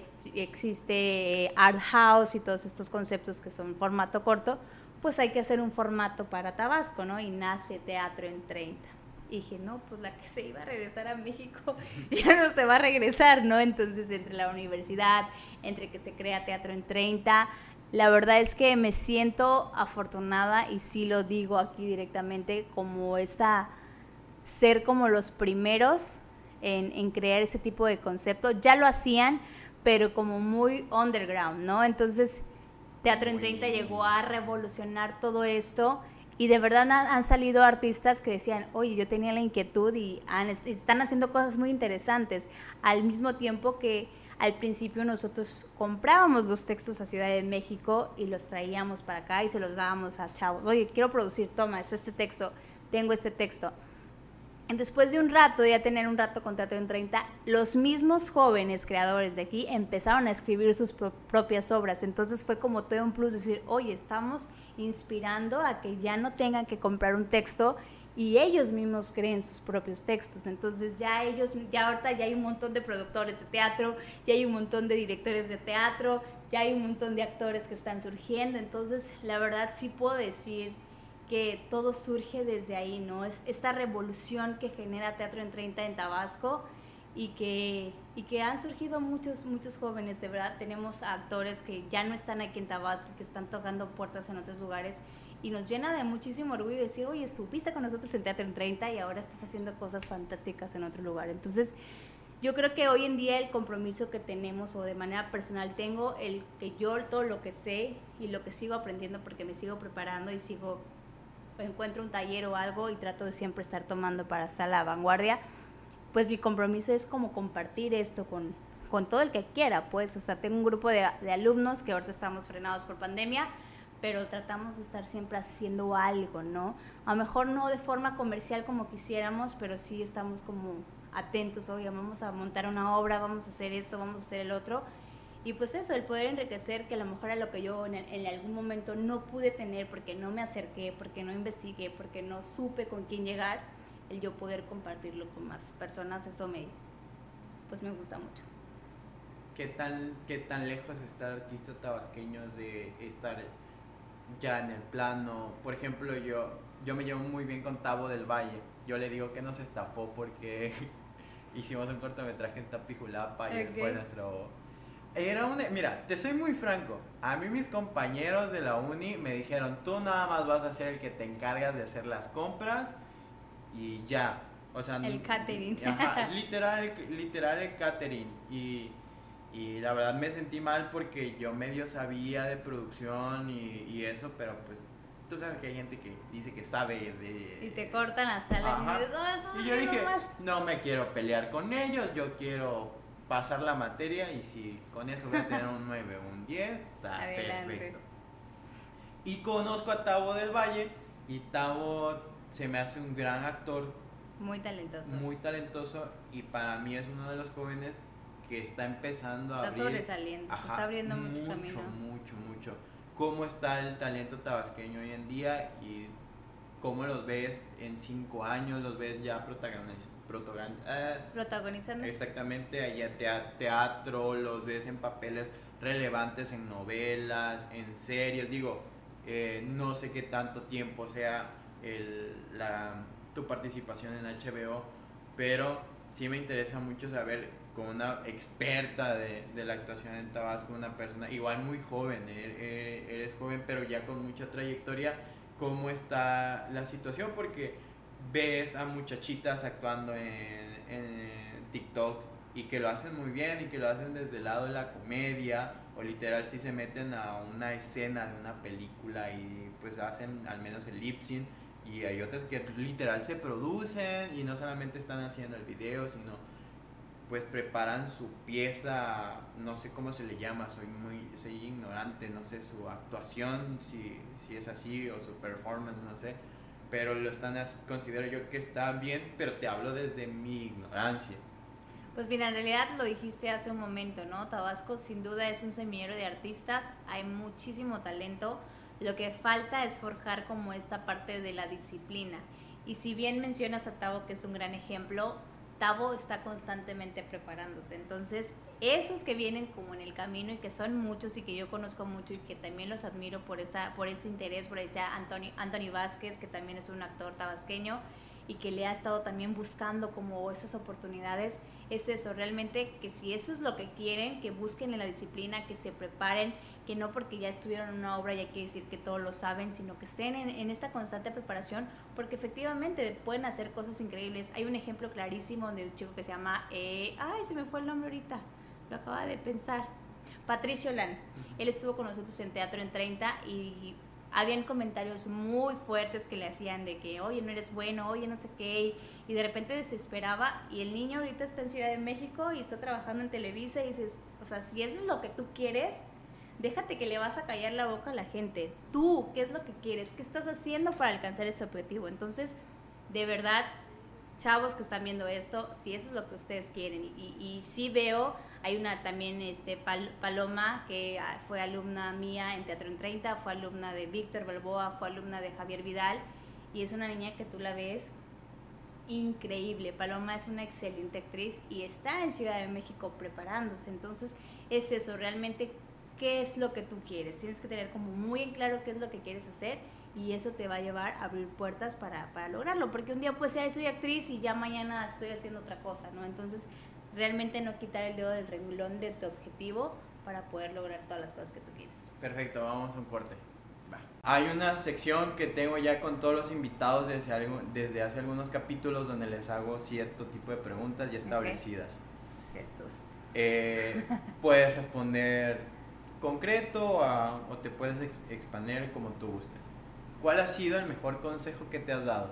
existe art house y todos estos conceptos que son formato corto, pues hay que hacer un formato para Tabasco, ¿no? Y nace Teatro en treinta. Y dije, no, pues la que se iba a regresar a México ya no se va a regresar, ¿no? Entonces, entre la universidad, entre que se crea Teatro en treinta, la verdad es que me siento afortunada, y sí lo digo aquí directamente, como esta, ser como los primeros en, en crear ese tipo de concepto. Ya lo hacían, pero como muy underground, ¿no? Entonces, Teatro en treinta llegó a revolucionar todo esto. Y de verdad han, han salido artistas que decían, oye, yo tenía la inquietud y han, están haciendo cosas muy interesantes. Al mismo tiempo que al principio nosotros comprábamos los textos a Ciudad de México y los traíamos para acá y se los dábamos a chavos. Oye, quiero producir, toma, es este texto, tengo este texto. Después de un rato, de ya tener un rato con Teatro en treinta, los mismos jóvenes creadores de aquí empezaron a escribir sus pro propias obras. Entonces fue como todo un plus decir, oye, estamos inspirando a que ya no tengan que comprar un texto y ellos mismos creen sus propios textos. Entonces ya ellos, ya ahorita ya hay un montón de productores de teatro, ya hay un montón de directores de teatro, ya hay un montón de actores que están surgiendo. Entonces la verdad sí puedo decir que todo surge desde ahí, ¿no? Es esta revolución que genera Teatro en treinta en Tabasco y que, y que han surgido muchos, muchos jóvenes, de verdad. Tenemos actores que ya no están aquí en Tabasco, que están tocando puertas en otros lugares y nos llena de muchísimo orgullo decir, oye, estuviste con nosotros en Teatro en treinta y ahora estás haciendo cosas fantásticas en otro lugar. Entonces, yo creo que hoy en día el compromiso que tenemos, o de manera personal tengo, el que yo todo lo que sé y lo que sigo aprendiendo, porque me sigo preparando y sigo, encuentro un taller o algo y trato de siempre estar tomando para estar a la vanguardia, pues mi compromiso es como compartir esto con, con todo el que quiera, pues, o sea, tengo un grupo de, de alumnos que ahorita estamos frenados por pandemia, pero tratamos de estar siempre haciendo algo, ¿no? A lo mejor no de forma comercial como quisiéramos, pero sí estamos como atentos, oye, vamos a montar una obra, vamos a hacer esto, vamos a hacer el otro. Y pues eso, el poder enriquecer, que a lo mejor era lo que yo en, en algún momento no pude tener porque no me acerqué, porque no investigué, porque no supe con quién llegar, el yo poder compartirlo con más personas, eso me, pues me gusta mucho. ¿Qué tan, qué tan lejos está el artista tabasqueño de estar ya en el plano? Por ejemplo, yo, yo me llevo muy bien con Tavo del Valle. Yo le digo que nos estafó porque hicimos un cortometraje en Tapijulapa y okay. Él fue nuestro... Era un, mira, te soy muy franco. A mí mis compañeros de la uni me dijeron, tú nada más vas a ser el que te encargas de hacer las compras y ya. O sea, el catering. Ajá, literal, literal el catering. Y, y la verdad me sentí mal porque yo medio sabía de producción y, y eso, pero pues tú sabes que hay gente que dice que sabe de... Y te cortan las alas. Ajá. Y dices, oh, y yo dije, no me quiero pelear con ellos, yo quiero pasar la materia y si con eso voy a tener un nueve o un diez, está adelante. Perfecto. Y conozco a Tavo del Valle y Tavo se me hace un gran actor. Muy talentoso. Muy talentoso y para mí es uno de los jóvenes que está empezando a está abrir. Sobresaliente, Ajá, se está abriendo mucho, mucho camino. Mucho, mucho. ¿Cómo está el talento tabasqueño hoy en día y cómo los ves en cinco años? ¿Los ves ya protagonizando? Protagon eh, protagonizando. Exactamente, allá teatro, los ves en papeles relevantes en novelas, en series. Digo, eh, no sé qué tanto tiempo sea el, la, tu participación en H B O, pero sí me interesa mucho saber, con una experta de, de la actuación en Tabasco, una persona igual muy joven, eres, eres joven pero ya con mucha trayectoria, cómo está la situación, porque ves a muchachitas actuando en, en TikTok y que lo hacen muy bien y que lo hacen desde el lado de la comedia, o literal si se meten a una escena de una película y pues hacen al menos el lip sync, y hay otras que literal se producen y no solamente están haciendo el video, sino pues preparan su pieza, no sé cómo se le llama, soy muy soy ignorante, no sé su actuación, si, si es así, o su performance, no sé. pero lo están, considero yo que está bien, pero te hablo desde mi ignorancia. Pues mira, en realidad lo dijiste hace un momento, ¿no? Tabasco sin duda es un semillero de artistas, hay muchísimo talento, lo que falta es forjar como esta parte de la disciplina. Y si bien mencionas a Tavo, que es un gran ejemplo, Tavo está constantemente preparándose. Entonces, esos que vienen como en el camino y que son muchos y que yo conozco mucho y que también los admiro por, esa, por ese interés, por ahí sea Anthony, Anthony Vázquez, que también es un actor tabasqueño y que le ha estado también buscando como esas oportunidades, es eso, realmente que si eso es lo que quieren, que busquen en la disciplina, que se preparen, que no porque ya estuvieron en una obra ya quiere decir que todo lo saben, sino que estén en, en esta constante preparación, porque efectivamente pueden hacer cosas increíbles. Hay un ejemplo clarísimo de un chico que se llama, eh, ay, se me fue el nombre ahorita, lo acaba de pensar, Patricio Lan. Él estuvo con nosotros en Teatro en treinta y habían comentarios muy fuertes que le hacían de que, oye, no eres bueno, oye, no sé qué, y, y de repente desesperaba, y el niño ahorita está en Ciudad de México y está trabajando en Televisa y dices, o sea, si eso es lo que tú quieres, déjate que le vas a callar la boca a la gente. Tú, ¿qué es lo que quieres? ¿Qué estás haciendo para alcanzar ese objetivo? Entonces, de verdad, chavos que están viendo esto, si eso es lo que ustedes quieren, y, y, y sí veo, hay una también, este, Pal, Paloma, que fue alumna mía en Teatro en treinta, fue alumna de Víctor Balboa, fue alumna de Javier Vidal, y es una niña que tú la ves increíble. Paloma es una excelente actriz y está en Ciudad de México preparándose. Entonces, es eso, realmente, ¿qué es lo que tú quieres? Tienes que tener como muy en claro qué es lo que quieres hacer, y eso te va a llevar a abrir puertas para, para lograrlo, porque un día pues ya soy actriz y ya mañana estoy haciendo otra cosa, ¿no? Entonces, realmente no quitar el dedo del renglón de tu objetivo para poder lograr todas las cosas que tú quieres. Perfecto, vamos a un corte. Va. Hay una sección que tengo ya con todos los invitados desde, algo, desde hace algunos capítulos donde les hago cierto tipo de preguntas ya establecidas. Okay. Jesús. Eh, puedes responder concreto a, o te puedes ex, expandir como tú gustes. ¿Cuál ha sido el mejor consejo que te has dado?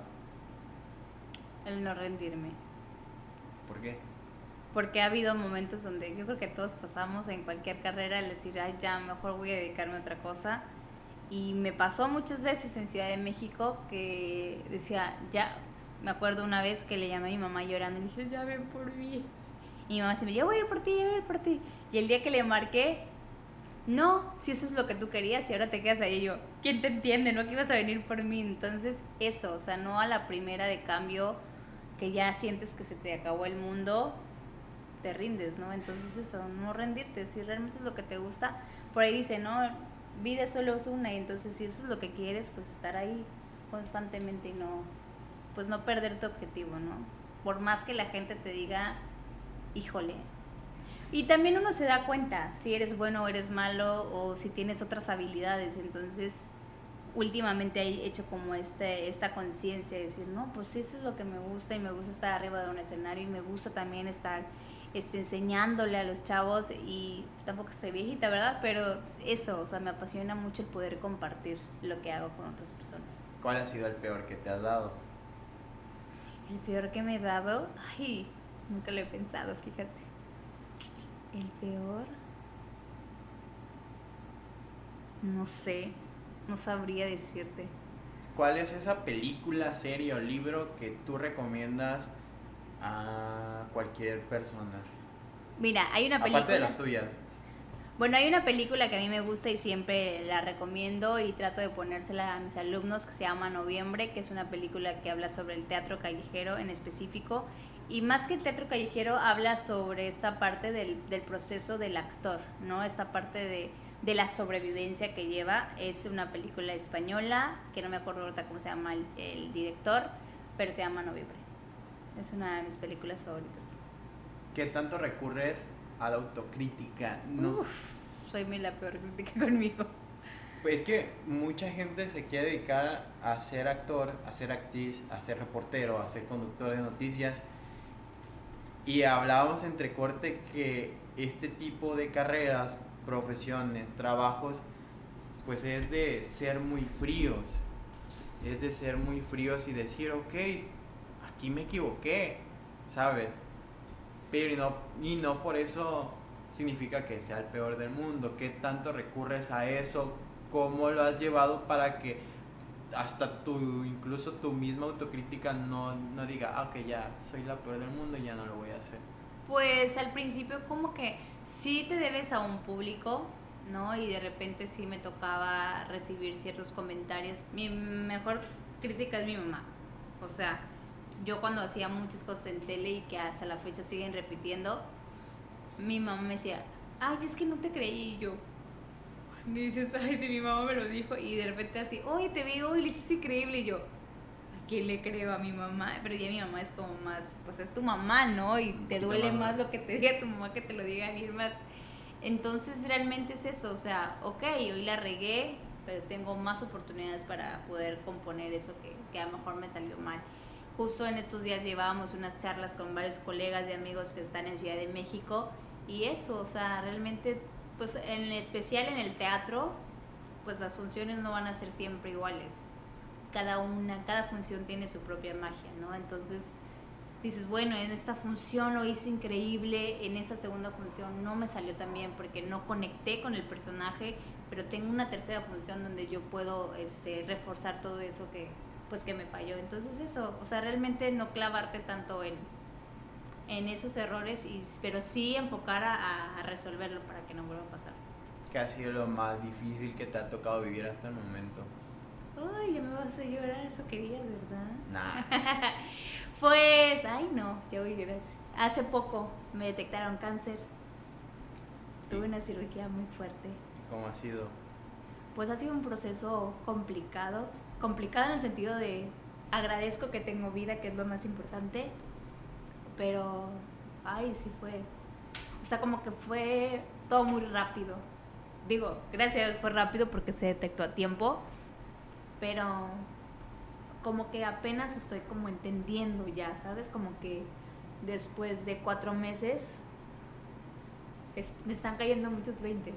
El no rendirme. ¿Por qué? Porque ha habido momentos donde yo creo que todos pasamos en cualquier carrera el decir, ay, ya, mejor voy a dedicarme a otra cosa. Y me pasó muchas veces en Ciudad de México que decía, ya, me acuerdo una vez que le llamé a mi mamá llorando y le dije, ya ven por mí. Y mi mamá se me dijo, yo voy a ir por ti, yo voy a ir por ti. Y el día que le marqué, no, si eso es lo que tú querías y ahora te quedas ahí, y yo, ¿quién te entiende? No que ibas a venir por mí. Entonces, eso, o sea, no a la primera de cambio que ya sientes que se te acabó el mundo, te rindes, ¿no? Entonces eso, no rendirte, si realmente es lo que te gusta. Por ahí dice, no, vida solo es una, y entonces si eso es lo que quieres, pues estar ahí constantemente y no, pues no perder tu objetivo, ¿no? Por más que la gente te diga, híjole. Y también uno se da cuenta si eres bueno o eres malo, o si tienes otras habilidades. Entonces, últimamente he hecho como este, esta conciencia de decir, no, pues eso es lo que me gusta, y me gusta estar arriba de un escenario, y me gusta también estar este, enseñándole a los chavos, y tampoco estoy viejita, ¿verdad? Pero eso, o sea, me apasiona mucho el poder compartir lo que hago con otras personas. ¿Cuál ha sido el peor que te has dado? El peor que me he dado, ay, nunca lo he pensado, fíjate. El peor, no sé, no sabría decirte. ¿Cuál es esa película, serie o libro que tú recomiendas a cualquier persona? Mira, hay una película... Aparte de las tuyas. Bueno, hay una película que a mí me gusta y siempre la recomiendo y trato de ponérsela a mis alumnos, que se llama Noviembre, que es una película que habla sobre el teatro callejero en específico. Y más que el teatro callejero, habla sobre esta parte del, del proceso del actor, ¿no? Esta parte de, de la sobrevivencia que lleva. Es una película española, que no me acuerdo ahorita cómo se llama el, el director, pero se llama Noviembre. Es una de mis películas favoritas. ¿Qué tanto recurres a la autocrítica? No Uf, soy mi la peor crítica conmigo. Pues es que mucha gente se quiere dedicar a ser actor, a ser actriz, a ser reportero, a ser conductor de noticias. Y hablábamos entre corte que este tipo de carreras, profesiones, trabajos, pues es de ser muy fríos. Es de ser muy fríos y decir, ok, aquí me equivoqué, ¿sabes? Pero y no, y no por eso significa que sea el peor del mundo. ¿Qué tanto recurres a eso? ¿Cómo lo has llevado para que hasta tu, incluso tu misma autocrítica no, no diga, ah, ok, ya soy la peor del mundo y ya no lo voy a hacer. Pues al principio como que sí te debes a un público, ¿no? Y de repente sí me tocaba recibir ciertos comentarios. Mi mejor crítica es mi mamá. O sea, yo cuando hacía muchas cosas en tele y que hasta la fecha siguen repitiendo, mi mamá me decía, ay, es que no te creí. Y yo, y dices, ay, si mi mamá me lo dijo. Y de repente así, oye, te vi hoy, lo hiciste increíble. Y yo, ¿a quién le creo? A mi mamá. Pero ya mi mamá es como más, pues es tu mamá, ¿no? Y te duele más lo que te diga tu mamá que te lo diga alguien más. Entonces realmente es eso, o sea, ok, hoy la regué, pero tengo más oportunidades para poder componer eso que, que a lo mejor me salió mal. Justo en estos días llevábamos unas charlas con varios colegas y amigos que están en Ciudad de México y eso, o sea, realmente, pues en especial en el teatro, pues las funciones no van a ser siempre iguales. Cada una, cada función tiene su propia magia, ¿no? Entonces dices, bueno, en esta función lo hice increíble, en esta segunda función no me salió tan bien porque no conecté con el personaje, pero tengo una tercera función donde yo puedo este, reforzar todo eso que, pues, que me falló. Entonces eso, o sea, realmente no clavarte tanto en, en esos errores, y, pero sí enfocar a, a resolverlo para que no vuelva a pasar. ¿Qué ha sido lo más difícil que te ha tocado vivir hasta el momento? Uy, ya me vas a llorar, eso querías, ¿verdad? Nah. Pues, ay no, ya voy a llorar. Hace poco me detectaron cáncer. Tuve una cirugía muy fuerte. ¿Cómo ha sido? Pues ha sido un proceso complicado. Complicado en el sentido de agradezco que tengo vida, que es lo más importante. Pero, ay, sí fue. O sea, como que fue todo muy rápido. Digo, gracias a Dios fue rápido porque se detectó a tiempo. Pero como que apenas estoy como entendiendo ya, ¿sabes? Como que después de cuatro meses es, me están cayendo muchos veintes.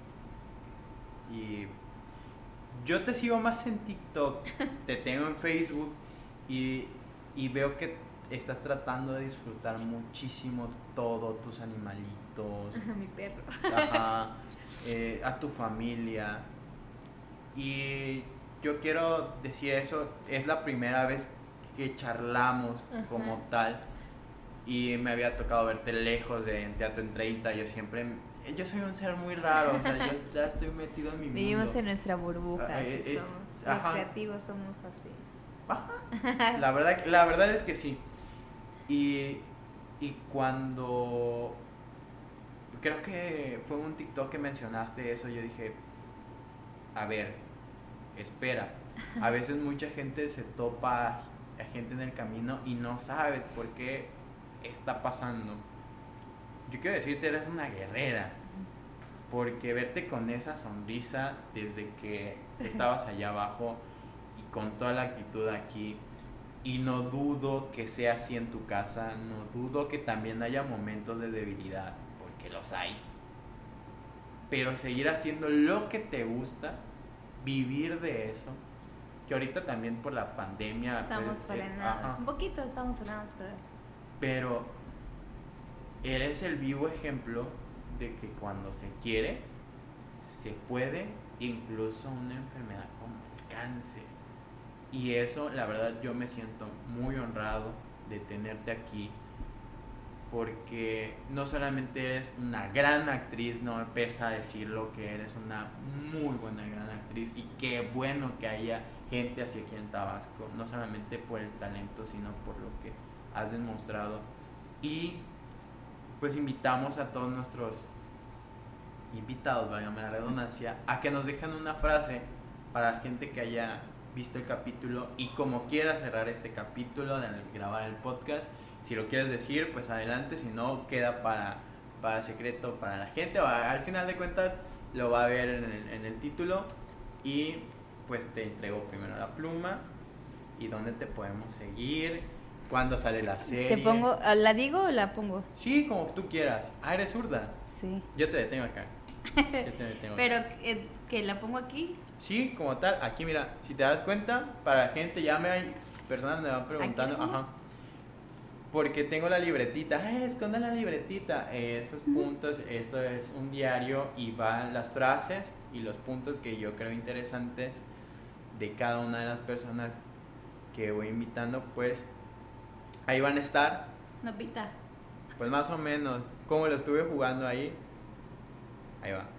Y yo te sigo más en TikTok, te tengo en Facebook y, y veo que estás tratando de disfrutar muchísimo todo, tus animalitos, A mi perro. ajá, eh, a tu familia. Y yo quiero decir eso, es la primera vez que charlamos Ajá. como tal y me había tocado verte lejos de en Teatro en treinta. Yo siempre, yo soy un ser muy raro, o sea, yo ya estoy metido en mi mundo. Vivimos en nuestra burbuja, Ah, eh, así eh, somos. ajá. Los creativos somos así. Ajá. La verdad, la verdad es que sí. Y, y cuando, creo que fue un TikTok que mencionaste eso, yo dije, a ver, espera, a veces mucha gente se topa a gente en el camino y no sabes por qué está pasando. Yo quiero decirte, eres una guerrera, porque verte con esa sonrisa desde que estabas allá abajo y con toda la actitud aquí, y no dudo que sea así en tu casa, no dudo que también haya momentos de debilidad, porque los hay, pero seguir haciendo lo que te gusta, vivir de eso, que ahorita también por la pandemia Estamos pues, eh, frenados, ajá, un poquito estamos frenados, pero pero eres el vivo ejemplo de que cuando se quiere, se puede, incluso una enfermedad como el cáncer. Y eso, la verdad, yo me siento muy honrado de tenerte aquí, porque no solamente eres una gran actriz, no me pesa decirlo, que eres una muy buena gran actriz, y qué bueno que haya gente así aquí en Tabasco, no solamente por el talento, sino por lo que has demostrado. Y pues invitamos a todos nuestros invitados, válgame la redundancia, a que nos dejen una frase para la gente que haya visto el capítulo y como quiera cerrar este capítulo de grabar el podcast. Si lo quieres decir, pues adelante, si no, queda para, para secreto para la gente, o al final de cuentas lo va a ver en el, en el título. Y pues te entrego primero la pluma y dónde te podemos seguir, cuándo sale la serie. ¿te pongo, la digo o la pongo? Sí, como tú quieras. Ah, eres zurda. Sí. Yo te detengo acá. Yo te detengo Pero, acá. eh, ¿que la pongo aquí? Sí, como tal, aquí mira, si te das cuenta, para la gente, ya me hay personas me van preguntando, ¿Aquí la pongo? ajá, porque tengo la libretita, eh, esconda la libretita, eh, esos puntos, esto es un diario y van las frases y los puntos que yo creo interesantes de cada una de las personas que voy invitando, pues ahí van a estar. No pita. Pues más o menos, como lo estuve jugando ahí. Ahí va.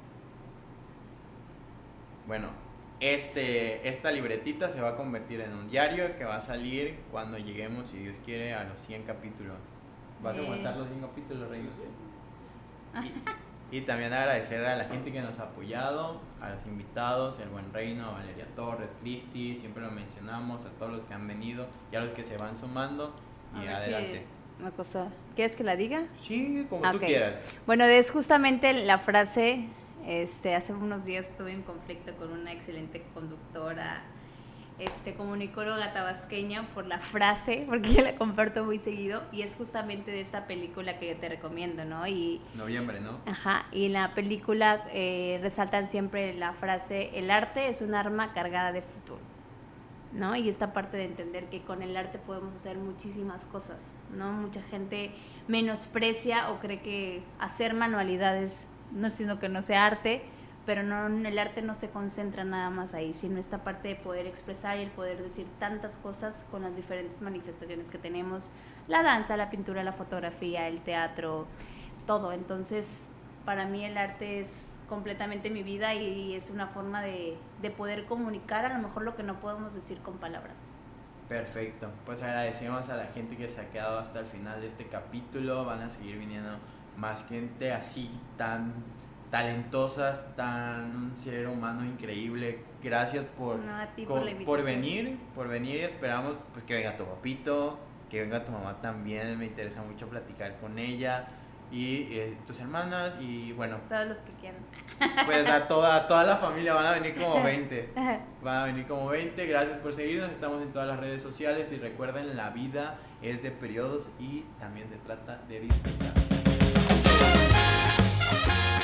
Bueno, este, esta libretita se va a convertir en un diario que va a salir cuando lleguemos, si Dios quiere, a los cien capítulos. ¿Vas a aguantar los cien capítulos, Rey? Y, y también agradecer a la gente que nos ha apoyado, a los invitados, el Buen Reino, a Valeria Torres, Cristi, siempre lo mencionamos, a todos los que han venido y a los que se van sumando. Y A ver si adelante. una cosa, ¿quieres que la diga? Sí, como Ah, tú ok. quieras. Bueno, es justamente la frase, este, hace unos días tuve un conflicto con una excelente conductora, este, comunicóloga tabasqueña por la frase, porque yo la comparto muy seguido, y es justamente de esta película que te recomiendo, ¿no? Y, Noviembre, ¿no? ajá, y en la película eh, resaltan siempre la frase, el arte es un arma cargada de futuro, ¿no? Y esta parte de entender que con el arte podemos hacer muchísimas cosas, ¿no? Mucha gente menosprecia o cree que hacer manualidades, no es sino que no sea arte, pero no, el arte no se concentra nada más ahí, sino esta parte de poder expresar y el poder decir tantas cosas con las diferentes manifestaciones que tenemos, la danza, la pintura, la fotografía, el teatro, todo. Entonces, para mí el arte es completamente mi vida y es una forma de, de poder comunicar a lo mejor lo que no podemos decir con palabras. Perfecto, pues agradecemos a la gente que se ha quedado hasta el final de este capítulo. Van a seguir viniendo más gente así tan talentosas, tan un ser humano increíble. Gracias por, No, a ti co- por la invitación. por venir, por venir y esperamos pues que venga tu papito, que venga tu mamá también. Me interesa mucho platicar con ella y eh, tus hermanas y bueno, Todos los que quieran. pues a toda, a toda la familia van a venir como veinte. Van a venir como veinte. Gracias por seguirnos. Estamos en todas las redes sociales. Y recuerden, la vida es de periodos y también se trata de disfrutar.